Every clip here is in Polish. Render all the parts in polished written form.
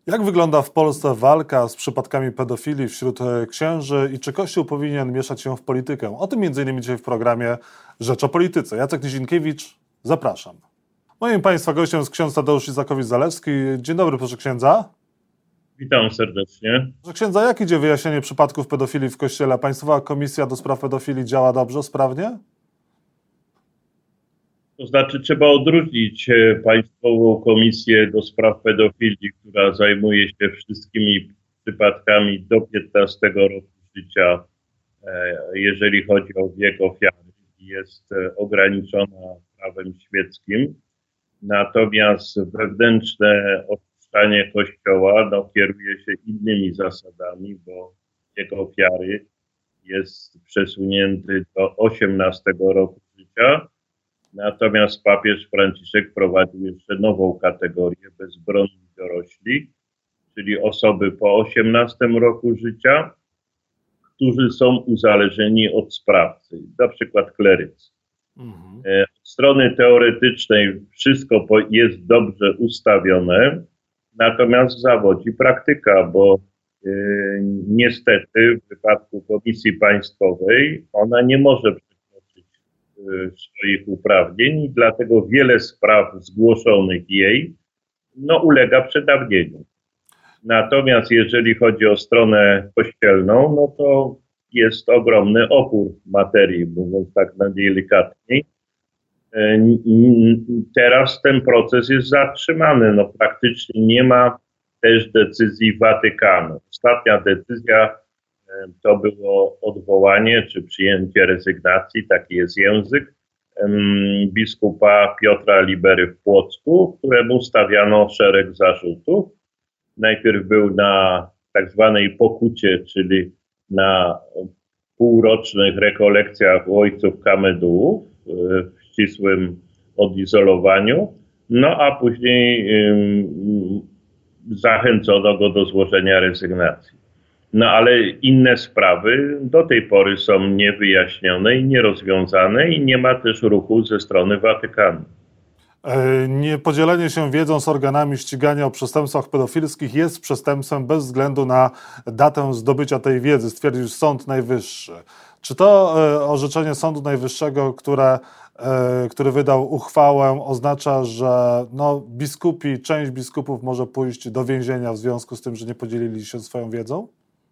Jak wygląda w Polsce walka z przypadkami pedofilii wśród księży i czy Kościół powinien mieszać się w politykę? O tym m.in. dzisiaj w programie Rzecz o Polityce. Jacek Nizinkiewicz, zapraszam. Moim Państwa gościem jest ksiądz Tadeusz Izakowicz-Zalewski. Dzień dobry, proszę księdza. Witam serdecznie. Proszę księdza, jak idzie wyjaśnienie przypadków pedofilii w Kościele? Państwowa Komisja do Spraw Pedofilii działa dobrze, sprawnie? To znaczy trzeba odróżnić Państwową Komisję do Spraw Pedofilii, która zajmuje się wszystkimi przypadkami do 15 roku życia, jeżeli chodzi o wiek ofiary, jest ograniczona prawem świeckim. Natomiast wewnętrzne oczyszczanie Kościoła kieruje się innymi zasadami, bo wiek ofiary jest przesunięty do 18 roku życia. Natomiast papież Franciszek wprowadził jeszcze nową kategorię bezbronni dorośli, czyli osoby po 18 roku życia, którzy są uzależnieni od sprawcy, na przykład klerycy. Od strony teoretycznej wszystko jest dobrze ustawione, natomiast zawodzi praktyka, bo niestety w wypadku Komisji Państwowej ona nie może swoich uprawnień i dlatego wiele spraw zgłoszonych jej ulega przedawnieniu. Natomiast jeżeli chodzi o stronę kościelną, to jest ogromny opór materii, mówiąc tak najdelikatniej. Teraz ten proces jest zatrzymany. Praktycznie nie ma też decyzji Watykanu. Ostatnia decyzja to było odwołanie czy przyjęcie rezygnacji, taki jest język, biskupa Piotra Libery w Płocku, któremu stawiano szereg zarzutów. Najpierw był na tak zwanej pokucie, czyli na półrocznych rekolekcjach u ojców kamedułów w ścisłym odizolowaniu, a później zachęcono go do złożenia rezygnacji. Ale inne sprawy do tej pory są niewyjaśnione i nierozwiązane i nie ma też ruchu ze strony Watykanu. Niepodzielenie się wiedzą z organami ścigania o przestępstwach pedofilskich jest przestępstwem bez względu na datę zdobycia tej wiedzy, stwierdził Sąd Najwyższy. Czy to orzeczenie Sądu Najwyższego, który wydał uchwałę, oznacza, że część biskupów może pójść do więzienia w związku z tym, że nie podzielili się swoją wiedzą?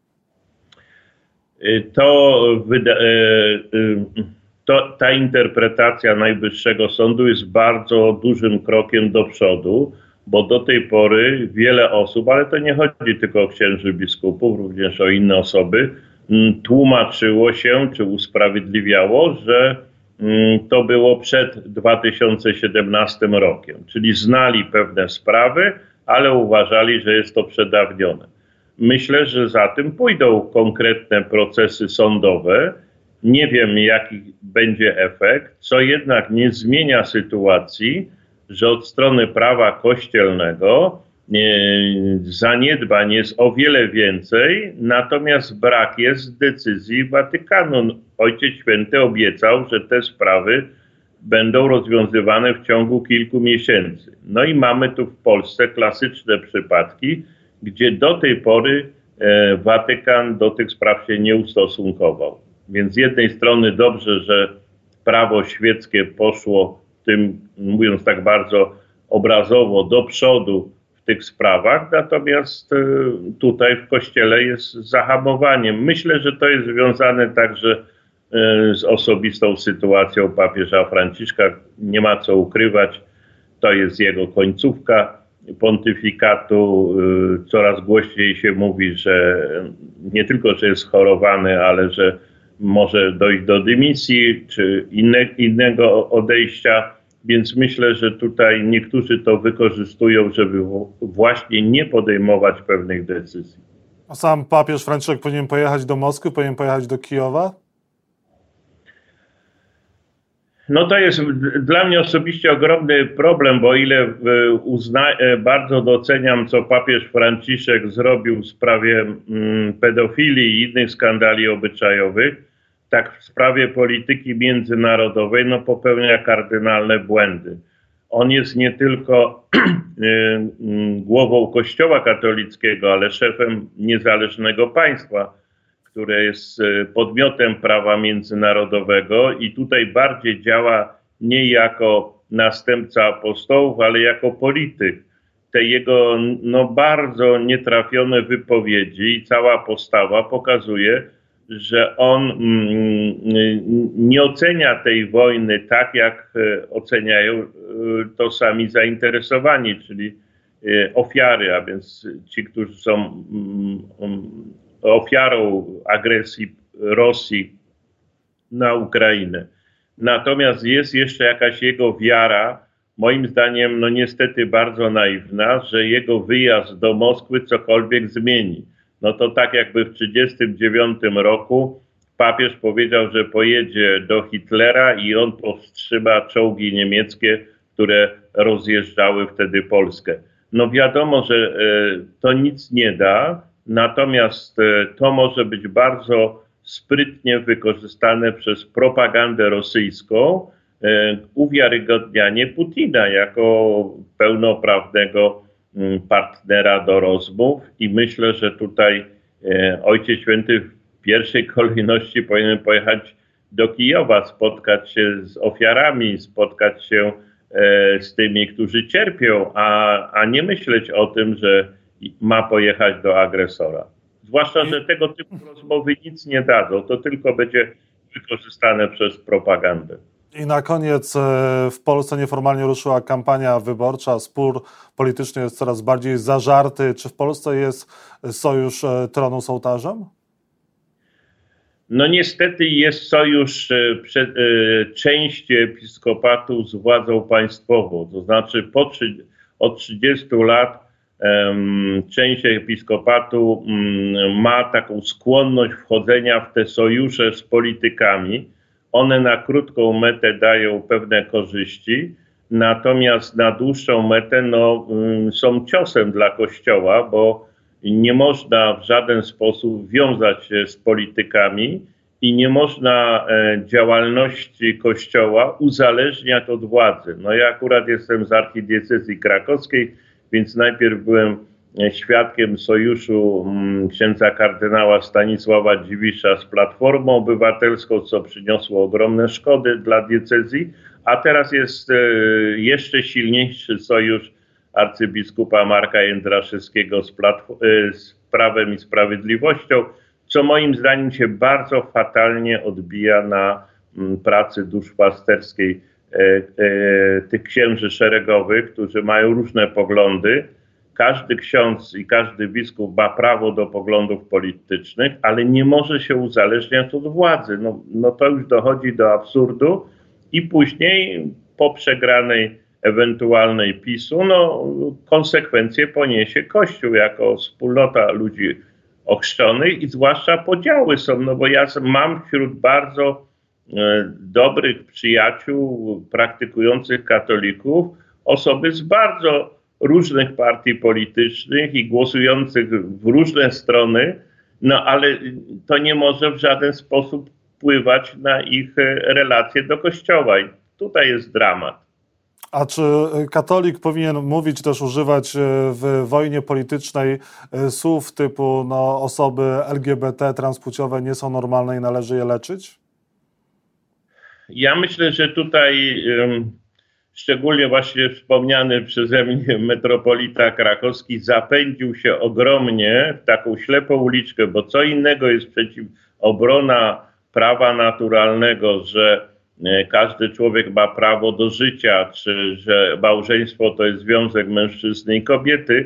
Ta interpretacja Najwyższego Sądu jest bardzo dużym krokiem do przodu, bo do tej pory wiele osób, ale to nie chodzi tylko o księży biskupów, również o inne osoby, tłumaczyło się czy usprawiedliwiało, że to było przed 2017 rokiem, czyli znali pewne sprawy, ale uważali, że jest to przedawnione. Myślę, że za tym pójdą konkretne procesy sądowe. Nie wiem, jaki będzie efekt, co jednak nie zmienia sytuacji, że od strony prawa kościelnego zaniedbań jest o wiele więcej, natomiast brak jest decyzji Watykanu. Ojciec Święty obiecał, że te sprawy będą rozwiązywane w ciągu kilku miesięcy. I mamy tu w Polsce klasyczne przypadki, gdzie do tej pory Watykan do tych spraw się nie ustosunkował. Więc z jednej strony dobrze, że prawo świeckie poszło tym, mówiąc tak bardzo obrazowo, do przodu w tych sprawach, natomiast tutaj w Kościele jest zahamowaniem. Myślę, że to jest związane także z osobistą sytuacją papieża Franciszka. Nie ma co ukrywać, to jest jego końcówka pontyfikatu. Coraz głośniej się mówi, że nie tylko, że jest schorowany, ale że może dojść do dymisji czy innego odejścia, więc myślę, że tutaj niektórzy to wykorzystują, żeby właśnie nie podejmować pewnych decyzji. A sam papież Franciszek powinien pojechać do Moskwy, powinien pojechać do Kijowa? To jest dla mnie osobiście ogromny problem, bo ile bardzo doceniam, co papież Franciszek zrobił w sprawie pedofilii i innych skandali obyczajowych, tak w sprawie polityki międzynarodowej popełnia kardynalne błędy. on jest nie tylko głową Kościoła katolickiego, ale szefem niezależnego państwa, które jest podmiotem prawa międzynarodowego i tutaj bardziej działa nie jako następca apostołów, ale jako polityk. Te jego bardzo nietrafione wypowiedzi i cała postawa pokazuje, że on nie ocenia tej wojny tak, jak oceniają to sami zainteresowani, czyli ofiary, a więc ci, którzy są ofiarą agresji Rosji na Ukrainę. Natomiast jest jeszcze jakaś jego wiara, moim zdaniem, niestety bardzo naiwna, że jego wyjazd do Moskwy cokolwiek zmieni. No to tak jakby w 1939 roku papież powiedział, że pojedzie do Hitlera i on powstrzyma czołgi niemieckie, które rozjeżdżały wtedy Polskę. No wiadomo, że to nic nie da, natomiast to może być bardzo sprytnie wykorzystane przez propagandę rosyjską, uwiarygodnianie Putina jako pełnoprawnego partnera do rozmów i myślę, że tutaj Ojciec Święty w pierwszej kolejności powinien pojechać do Kijowa, spotkać się z ofiarami, spotkać się z tymi, którzy cierpią, a nie myśleć o tym, że ma pojechać do agresora. Zwłaszcza, że tego typu rozmowy nic nie dadzą, to tylko będzie wykorzystane przez propagandę. I na koniec w Polsce nieformalnie ruszyła kampania wyborcza. Spór polityczny jest coraz bardziej zażarty. Czy w Polsce jest sojusz tronu z ołtarzem? No niestety jest sojusz części episkopatu z władzą państwową. To znaczy od 30 lat część episkopatu ma taką skłonność wchodzenia w te sojusze z politykami. One na krótką metę dają pewne korzyści, natomiast na dłuższą metę są ciosem dla Kościoła, bo nie można w żaden sposób wiązać się z politykami i nie można działalności Kościoła uzależniać od władzy. No ja akurat jestem z archidiecezji krakowskiej, więc najpierw byłem świadkiem sojuszu księdza kardynała Stanisława Dziwisza z Platformą Obywatelską, co przyniosło ogromne szkody dla diecezji, a teraz jest jeszcze silniejszy sojusz arcybiskupa Marka Jędraszewskiego z Prawem i Sprawiedliwością, co moim zdaniem się bardzo fatalnie odbija na pracy duszpasterskiej tych księży szeregowych, którzy mają różne poglądy. Każdy ksiądz i każdy biskup ma prawo do poglądów politycznych, ale nie może się uzależniać od władzy. No to już dochodzi do absurdu i później po przegranej ewentualnej PiS-u, konsekwencje poniesie Kościół jako wspólnota ludzi ochrzczonych i zwłaszcza podziały są, bo ja mam wśród bardzo dobrych przyjaciół, praktykujących katolików, osoby z bardzo różnych partii politycznych i głosujących w różne strony, ale to nie może w żaden sposób wpływać na ich relacje do Kościoła i tutaj jest dramat. A czy katolik powinien mówić, też używać w wojnie politycznej słów typu osoby LGBT, transpłciowe nie są normalne i należy je leczyć? Ja myślę, że tutaj szczególnie właśnie wspomniany przeze mnie metropolita krakowski zapędził się ogromnie w taką ślepą uliczkę, bo co innego jest obrona prawa naturalnego, że każdy człowiek ma prawo do życia, czy że małżeństwo to jest związek mężczyzny i kobiety.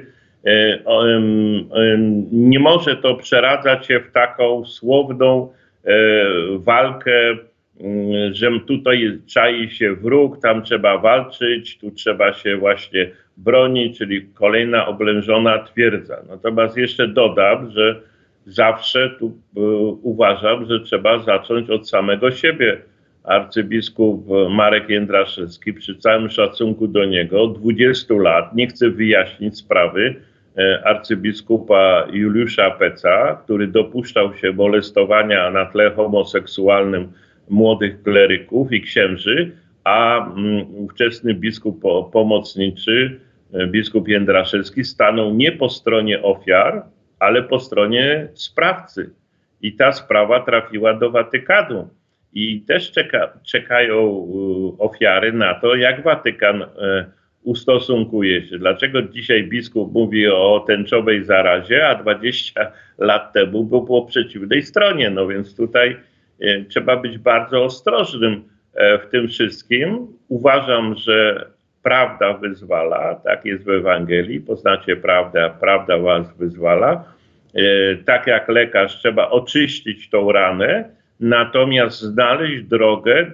Nie może to przeradzać się w taką słowną walkę, że tutaj czai się wróg, tam trzeba walczyć, tu trzeba się właśnie bronić, czyli kolejna oblężona twierdza. Natomiast jeszcze dodam, że zawsze tu uważam, że trzeba zacząć od samego siebie. Arcybiskup Marek Jędraszewski, przy całym szacunku do niego, od 20 lat nie chce wyjaśnić sprawy arcybiskupa Juliusza Peca, który dopuszczał się molestowania na tle homoseksualnym młodych kleryków i księży, a ówczesny biskup pomocniczy, biskup Jędraszewski, stanął nie po stronie ofiar, ale po stronie sprawcy. I ta sprawa trafiła do Watykanu. I też czekają ofiary na to, jak Watykan ustosunkuje się. Dlaczego dzisiaj biskup mówi o tęczowej zarazie, a 20 lat temu był po przeciwnej stronie. No więc tutaj trzeba być bardzo ostrożnym w tym wszystkim. Uważam, że prawda wyzwala, tak jest w Ewangelii, poznacie prawdę, a prawda was wyzwala. Tak jak lekarz trzeba oczyścić tą ranę, natomiast znaleźć drogę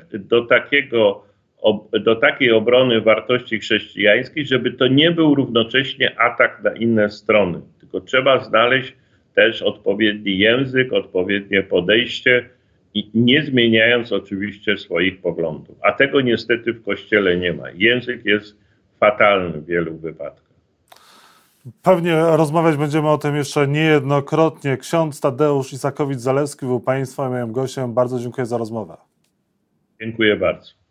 do takiej obrony wartości chrześcijańskich, żeby to nie był równocześnie atak na inne strony, tylko trzeba znaleźć też odpowiedni język, odpowiednie podejście i nie zmieniając oczywiście swoich poglądów. A tego niestety w Kościele nie ma. Język jest fatalny w wielu wypadkach. Pewnie rozmawiać będziemy o tym jeszcze niejednokrotnie. Ksiądz Tadeusz Isakowicz-Zalewski był Państwa moim gościem. Bardzo dziękuję za rozmowę. Dziękuję bardzo.